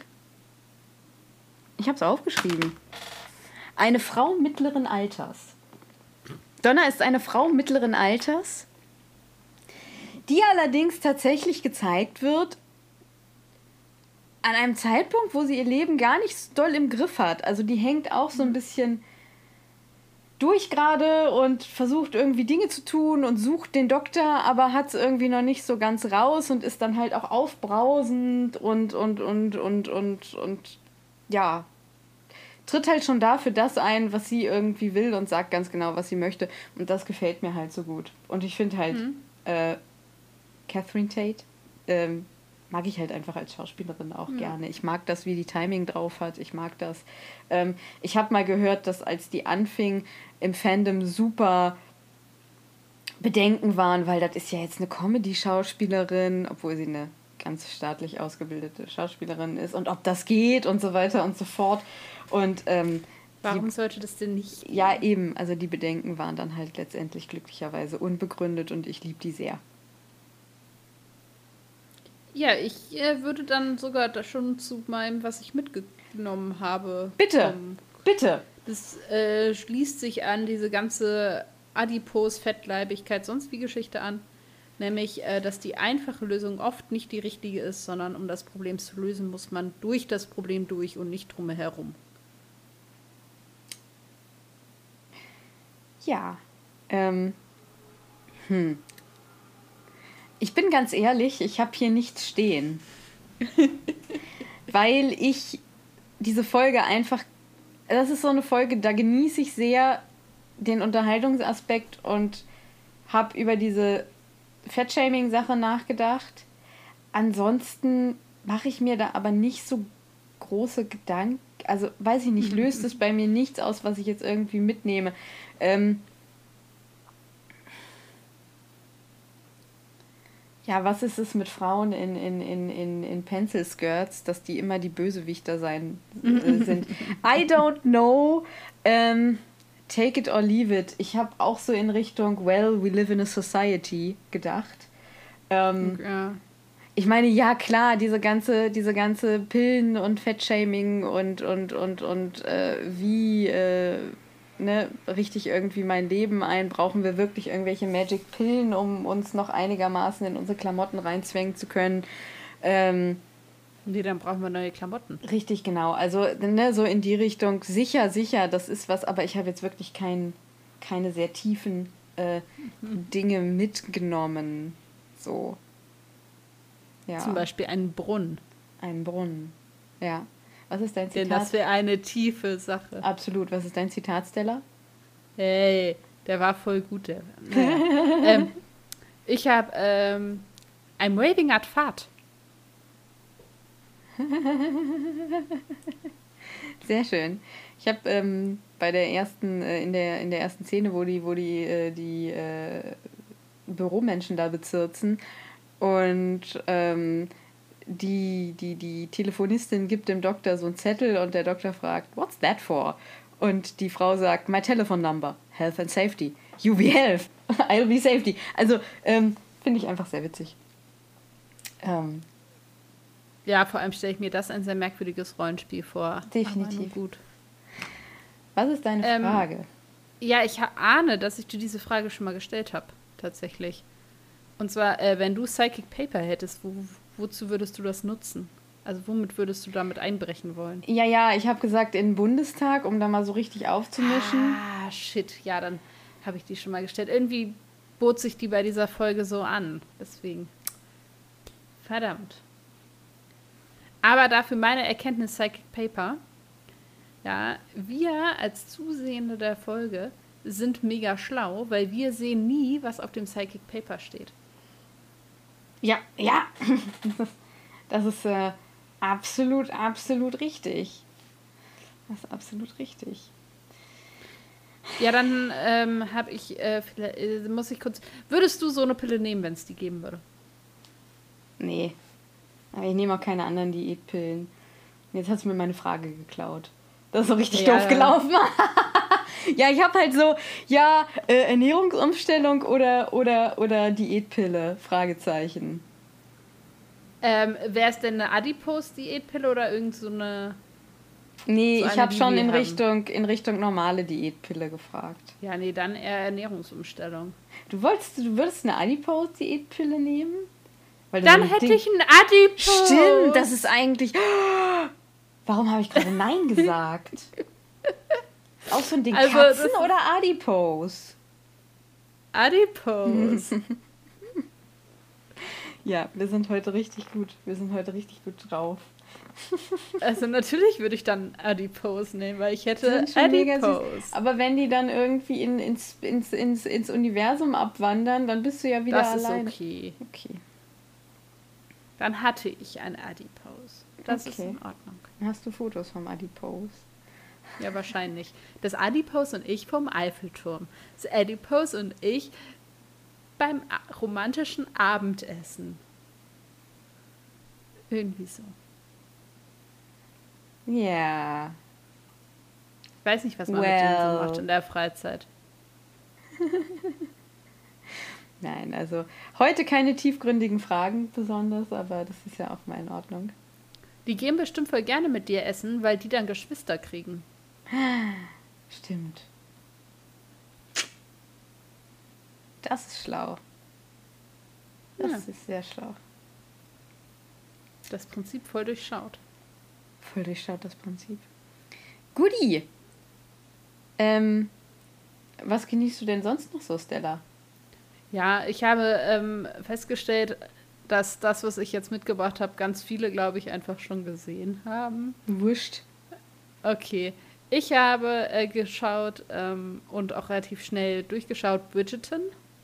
Ich habe es aufgeschrieben. Eine Frau mittleren Alters. Donna ist eine Frau mittleren Alters, die allerdings tatsächlich gezeigt wird an einem Zeitpunkt, wo sie ihr Leben gar nicht so doll im Griff hat. Also die hängt auch so ein bisschen durch gerade und versucht irgendwie Dinge zu tun und sucht den Doktor, aber hat es irgendwie noch nicht so ganz raus und ist dann halt auch aufbrausend und ja, tritt halt schon dafür das ein, was sie irgendwie will und sagt ganz genau, was sie möchte. Und das gefällt mir halt so gut. Und ich finde halt Catherine Tate mag ich halt einfach als Schauspielerin auch gerne. Ich mag das, wie die Timing drauf hat. Ich mag das. Ich habe mal gehört, dass als die anfing, im Fandom super Bedenken waren, weil das ist ja jetzt eine Comedy-Schauspielerin, obwohl sie eine ganz staatlich ausgebildete Schauspielerin ist und ob das geht und so weiter und so fort. Und warum sollte das denn nicht gehen? Ja, eben. Also die Bedenken waren dann halt letztendlich glücklicherweise unbegründet und ich liebe die sehr. Ja, ich würde dann sogar da schon zu meinem, was ich mitgenommen habe. Bitte, bitte. Das schließt sich an diese ganze Adipose, Fettleibigkeit, sonst wie Geschichte an. Nämlich, dass die einfache Lösung oft nicht die richtige ist, sondern um das Problem zu lösen, muss man durch das Problem durch und nicht drumherum. Ja. Ich bin ganz ehrlich, ich habe hier nichts stehen. Weil ich diese Folge einfach, das ist so eine Folge, da genieße ich sehr den Unterhaltungsaspekt und habe über diese Fettshaming-Sache nachgedacht. Ansonsten mache ich mir da aber nicht so große Gedanken. Also, weiß ich nicht, löst es bei mir nichts aus, was ich jetzt irgendwie mitnehme. Ja, was ist es mit Frauen in Pencil Skirts, dass die immer die Bösewichter sind? I don't know. Take it or leave it. Ich habe auch so in Richtung, well, we live in a society gedacht. Ja. Ich meine, ja klar, diese ganze Pillen und Fettshaming und wie richte ich irgendwie mein Leben ein? Brauchen wir wirklich irgendwelche Magic-Pillen, um uns noch einigermaßen in unsere Klamotten reinzwängen zu können? Nee, dann brauchen wir neue Klamotten. Richtig, genau. Also so in die Richtung, sicher, das ist was, aber ich habe jetzt wirklich keine sehr tiefen Dinge mitgenommen. So. Ja. Zum Beispiel einen Brunnen. Einen Brunnen, ja. Was ist dein Zitat? Denn das wäre eine tiefe Sache. Absolut. Was ist dein Zitat, Stella? Hey, der war voll gut. Der. Naja. Ich habe I'm waving at Fahrt. Sehr schön. Ich habe bei der ersten, in der ersten Szene, wo die Büromenschen da bezirzen und die Telefonistin gibt dem Doktor so einen Zettel und der Doktor fragt, what's that for? Und die Frau sagt, my telephone number, health and safety. You be health, I'll be safety. Also finde ich einfach sehr witzig. Ja, vor allem stelle ich mir das ein sehr merkwürdiges Rollenspiel vor. Definitiv. Gut. Was ist deine Frage? Ja, ich ahne, dass ich dir diese Frage schon mal gestellt habe, tatsächlich. Und zwar, wenn du Psychic Paper hättest, wozu würdest du das nutzen? Also womit würdest du damit einbrechen wollen? Ja, ich habe gesagt, in den Bundestag, um da mal so richtig aufzumischen. Ah, shit. Ja, dann habe ich die schon mal gestellt. Irgendwie bot sich die bei dieser Folge so an. Deswegen. Verdammt. Aber dafür meine Erkenntnis Psychic Paper. Ja, wir als Zusehende der Folge sind mega schlau, weil wir sehen nie, was auf dem Psychic Paper steht. Ja. Das ist absolut richtig. Das ist absolut richtig. Ja, dann habe ich, muss ich kurz... Würdest du so eine Pille nehmen, wenn es die geben würde? Nee. Aber ich nehme auch keine anderen Diätpillen. Jetzt hast du mir meine Frage geklaut. Das ist so richtig doof gelaufen. Ja, ich habe halt so, Ernährungsumstellung oder Diätpille, Fragezeichen. Wäre es denn eine Adipose-Diätpille oder irgend so eine... Nee, so ich habe schon in Richtung normale Diätpille gefragt. Ja, nee, dann eher Ernährungsumstellung. Du würdest eine Adipose-Diätpille nehmen? Dann hätte ich einen Adipose. Stimmt, das ist eigentlich... Warum habe ich gerade Nein gesagt? Ist auch so ein Ding, also, Katzen oder Adipose? Adipose. Ja, wir sind heute richtig gut. Drauf. Also natürlich würde ich dann Adipose nehmen, weil ich hätte Adipose. Aber wenn die dann irgendwie ins Universum abwandern, dann bist du ja wieder allein. Das ist okay. Dann hatte ich ein Adipose. Das ist in Ordnung. Hast du Fotos vom Adipose? Ja, wahrscheinlich. Das Adipose und ich vom Eiffelturm. Das Adipose und ich beim romantischen Abendessen. Irgendwie so. Ja. Ich weiß nicht, was man mit denen so macht in der Freizeit. Nein, also heute keine tiefgründigen Fragen besonders, aber das ist ja auch mal in Ordnung. Die gehen bestimmt voll gerne mit dir essen, weil die dann Geschwister kriegen. Stimmt. Das ist schlau. Das ist sehr schlau. Das Prinzip voll durchschaut. Voll durchschaut, das Prinzip. Guti! Was genießt du denn sonst noch so, Stella? Ja, ich habe festgestellt, dass das, was ich jetzt mitgebracht habe, ganz viele, glaube ich, einfach schon gesehen haben. Wurscht. Okay. Ich habe geschaut und auch relativ schnell durchgeschaut Bridgerton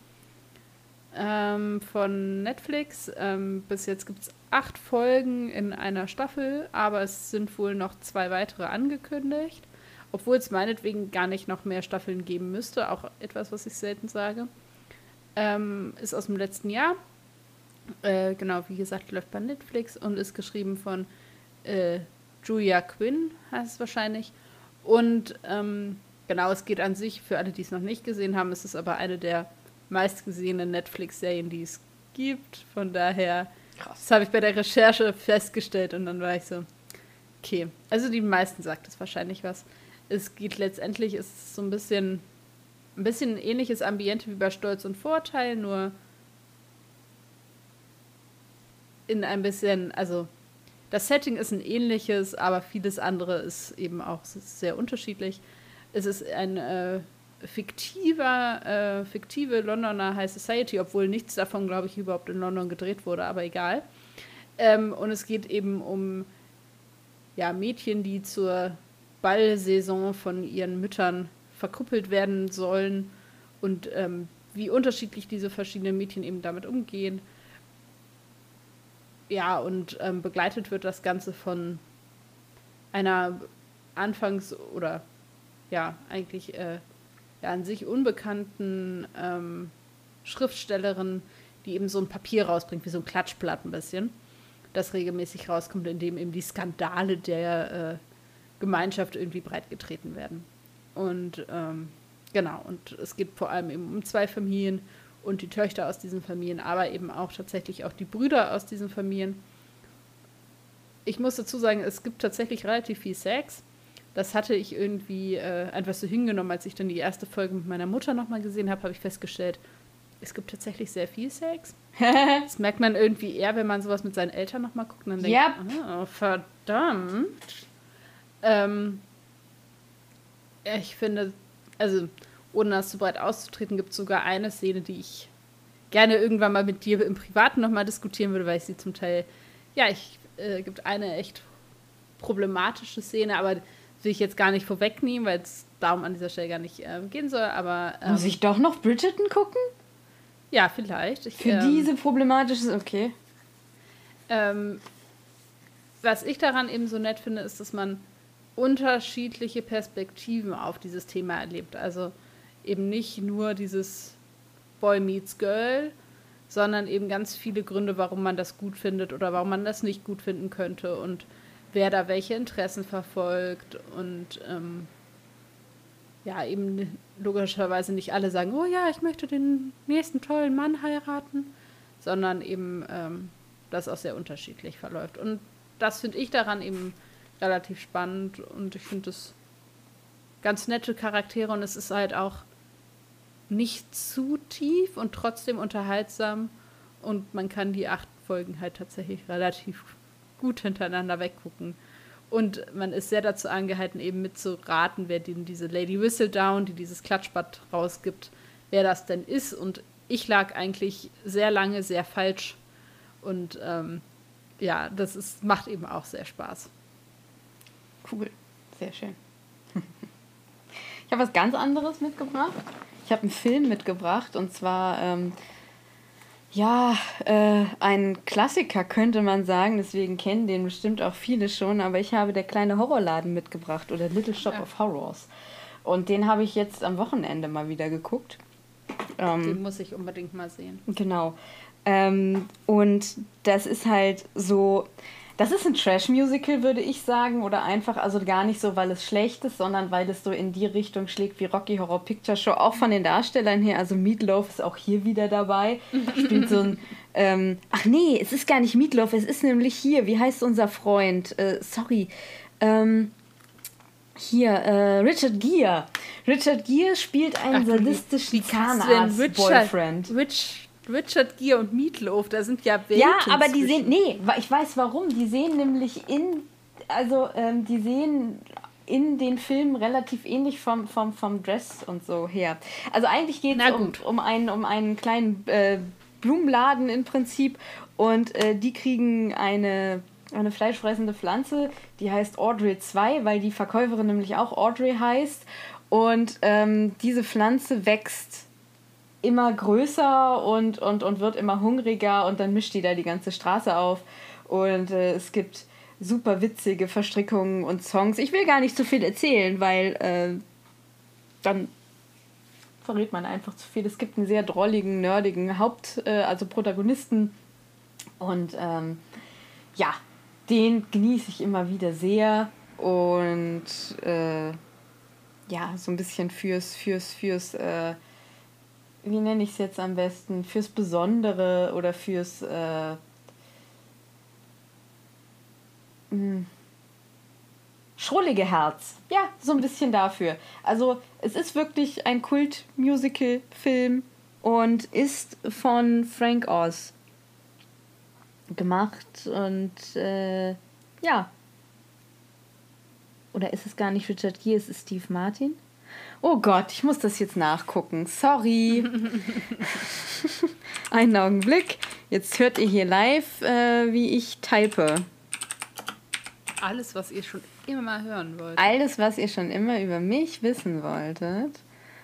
von Netflix. Bis jetzt gibt es 8 Folgen in einer Staffel, aber es sind wohl noch 2 weitere angekündigt. Obwohl es meinetwegen gar nicht noch mehr Staffeln geben müsste. Auch etwas, was ich selten sage. Ist aus dem letzten Jahr. Genau, wie gesagt, läuft bei Netflix und ist geschrieben von Julia Quinn, heißt es wahrscheinlich. Und genau, es geht an sich, für alle, die es noch nicht gesehen haben, ist es aber eine der meistgesehenen Netflix-Serien, die es gibt. Von daher, krass. Das habe ich bei der Recherche festgestellt und dann war ich so, okay. Also die meisten sagt es wahrscheinlich was. Es geht letztendlich, ist es so ein bisschen ähnliches Ambiente wie bei Stolz und Vorteil, nur in ein bisschen, also das Setting ist ein ähnliches, aber vieles andere ist eben auch sehr unterschiedlich. Es ist ein fiktive Londoner High Society, obwohl nichts davon, glaube ich, überhaupt in London gedreht wurde, aber egal. Und es geht eben um Mädchen, die zur Ballsaison von ihren Müttern verkuppelt werden sollen und wie unterschiedlich diese verschiedenen Mädchen eben damit umgehen. Ja, und begleitet wird das Ganze von einer anfangs oder eigentlich an sich unbekannten Schriftstellerin, die eben so ein Papier rausbringt, wie so ein Klatschblatt ein bisschen, das regelmäßig rauskommt, in dem eben die Skandale der Gemeinschaft irgendwie breitgetreten werden. Und genau, und es geht vor allem eben um 2 Familien und die Töchter aus diesen Familien, aber eben auch tatsächlich auch die Brüder aus diesen Familien. Ich muss dazu sagen, es gibt tatsächlich relativ viel Sex. Das hatte ich irgendwie einfach so hingenommen, als ich dann die erste Folge mit meiner Mutter nochmal gesehen habe, habe ich festgestellt, es gibt tatsächlich sehr viel Sex. Das merkt man irgendwie eher, wenn man sowas mit seinen Eltern nochmal guckt und dann denkt, oh, verdammt. Ich finde, also ohne das zu breit auszutreten, gibt es sogar eine Szene, die ich gerne irgendwann mal mit dir im Privaten nochmal diskutieren würde, weil ich sie zum Teil, gibt eine echt problematische Szene, aber will ich jetzt gar nicht vorwegnehmen, weil es darum an dieser Stelle gar nicht gehen soll, aber... Muss ich doch noch Bridgerton gucken? Ja, vielleicht. Für diese problematische... Okay. Was ich daran eben so nett finde, ist, dass man unterschiedliche Perspektiven auf dieses Thema erlebt. Also eben nicht nur dieses Boy meets Girl, sondern eben ganz viele Gründe, warum man das gut findet oder warum man das nicht gut finden könnte und wer da welche Interessen verfolgt und eben logischerweise nicht alle sagen, oh ja, ich möchte den nächsten tollen Mann heiraten, sondern eben das auch sehr unterschiedlich verläuft. Und das finde ich daran eben relativ spannend und ich finde es ganz nette Charaktere und es ist halt auch nicht zu tief und trotzdem unterhaltsam und man kann die 8 Folgen halt tatsächlich relativ gut hintereinander weggucken. Und man ist sehr dazu angehalten, eben mitzuraten, wer denn diese Lady Whistledown, die dieses Klatschbad rausgibt, wer das denn ist. Und ich lag eigentlich sehr lange sehr falsch. Und macht eben auch sehr Spaß. Cool, sehr schön. Ich habe was ganz anderes mitgebracht. Ich habe einen Film mitgebracht und zwar ein Klassiker könnte man sagen, deswegen kennen den bestimmt auch viele schon, aber ich habe Der kleine Horrorladen mitgebracht oder Little Shop of Horrors und den habe ich jetzt am Wochenende mal wieder geguckt. Den muss ich unbedingt mal sehen. Genau. Und das ist halt so, das ist ein Trash-Musical, würde ich sagen, oder einfach, also gar nicht so, weil es schlecht ist, sondern weil es so in die Richtung schlägt wie Rocky Horror Picture Show, auch von den Darstellern her. Also Meatloaf ist auch hier wieder dabei, spielt so ein, ach nee, es ist gar nicht Meatloaf, es ist nämlich hier, wie heißt unser Freund? Richard Gere. Richard Gere spielt einen sadistischen Zahnarzt-Boyfriend. Richard Gere und Meatloaf, da sind ja Welten. Ja, aber die sehen, ich weiß warum, die sehen nämlich die sehen in den Filmen relativ ähnlich vom Dress und so her. Also eigentlich geht es um einen kleinen Blumenladen im Prinzip und die kriegen eine fleischfressende Pflanze, die heißt Audrey 2, weil die Verkäuferin nämlich auch Audrey heißt und diese Pflanze wächst immer größer und wird immer hungriger und dann mischt die da die ganze Straße auf und es gibt super witzige Verstrickungen und Songs. Ich will gar nicht zu viel erzählen, weil dann verrät man einfach zu viel. Es gibt einen sehr drolligen, nerdigen also Protagonisten und ja, den genieße ich immer wieder sehr und ja, so ein bisschen fürs wie nenne ich es jetzt am besten, fürs Besondere oder fürs schrullige Herz. Ja, so ein bisschen dafür. Also es ist wirklich ein Kult-Musical-Film und ist von Frank Oz gemacht und ja. Oder ist es gar nicht Richard Gere, es ist Steve Martin? Oh Gott, ich muss das jetzt nachgucken. Sorry. Einen Augenblick. Jetzt hört ihr hier live, wie ich type. Alles, was ihr schon immer mal hören wolltet. Alles, was ihr schon immer über mich wissen wolltet.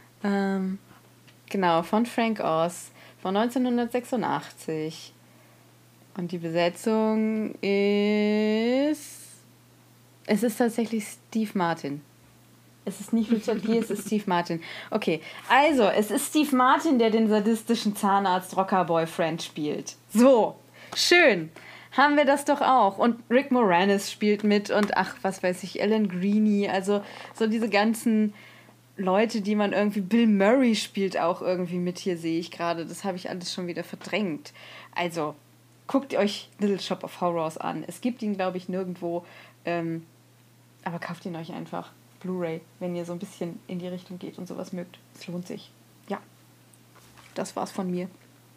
Genau, von Frank Oz. Von 1986. Und die Besetzung ist... Es ist tatsächlich Steve Martin. Es ist nicht Richard Gere, es ist Steve Martin. Okay, also, es ist Steve Martin, der den sadistischen Zahnarzt-Rocker-Boyfriend spielt. So, schön. Haben wir das doch auch. Und Rick Moranis spielt mit und ach, was weiß ich, Ellen Greene. Also, so diese ganzen Leute, die man irgendwie... Bill Murray spielt auch irgendwie mit hier, sehe ich gerade. Das habe ich alles schon wieder verdrängt. Also, guckt euch Little Shop of Horrors an. Es gibt ihn, glaube ich, nirgendwo. Aber kauft ihn euch einfach. Blu-ray, wenn ihr so ein bisschen in die Richtung geht und sowas mögt. Es lohnt sich. Ja, das war's von mir.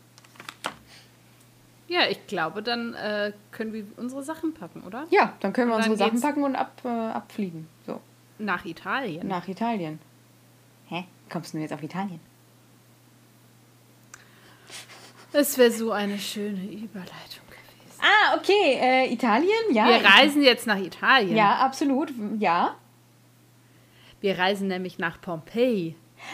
Ja, ich glaube, dann können wir unsere Sachen packen, oder? Ja, dann können wir unsere Sachen packen und abfliegen. So. Nach Italien. Nach Italien. Hä? Kommst du jetzt auf Italien? Es wäre so eine schöne Überleitung gewesen. Ah, okay. Italien, ja. Wir reisen jetzt nach Italien. Ja, absolut. Ja. Wir reisen nämlich nach Pompeji.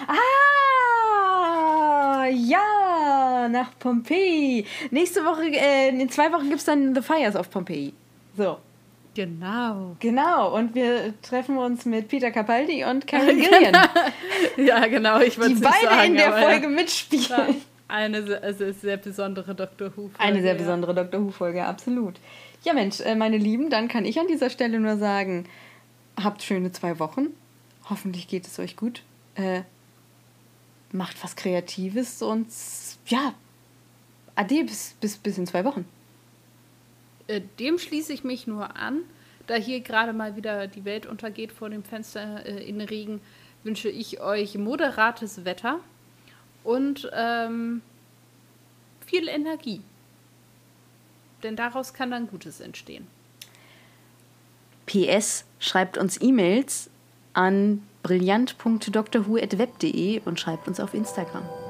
Ah, ja, nach Pompeji. Nächste Woche, in 2 Wochen gibt es dann The Fires of Pompeji. So. Genau. Genau, und wir treffen uns mit Peter Capaldi und Karen Gillian. Ja, genau, ich wollte es nicht sagen. Die beide in der Folge mitspielen. Eine sehr besondere Doctor Who-Folge. Eine sehr besondere Doctor Who-Folge, absolut. Ja, Mensch, meine Lieben, dann kann ich an dieser Stelle nur sagen, habt schöne 2 Wochen. Hoffentlich geht es euch gut. Macht was Kreatives und ja, ade bis in 2 Wochen. Dem schließe ich mich nur an. Da hier gerade mal wieder die Welt untergeht vor dem Fenster in Regen, wünsche ich euch moderates Wetter und viel Energie. Denn daraus kann dann Gutes entstehen. PS, schreibt uns E-Mails an brillant.drwho@web.de und schreibt uns auf Instagram.